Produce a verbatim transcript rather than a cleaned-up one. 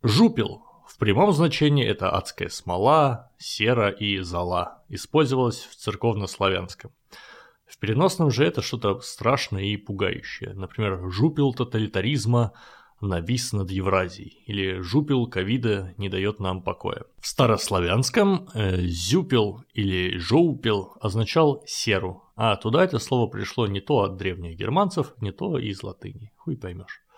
Жупел. В прямом значении это адская смола, сера и зола. Использовалась в церковнославянском. В переносном же это что-то страшное и пугающее. Например, жупел тоталитаризма навис над Евразией. Или жупел ковида не дает нам покоя. В старославянском э, зюпел или жоупел означал серу. А туда это слово пришло не то от древних германцев, не то из латыни. Хуй поймешь.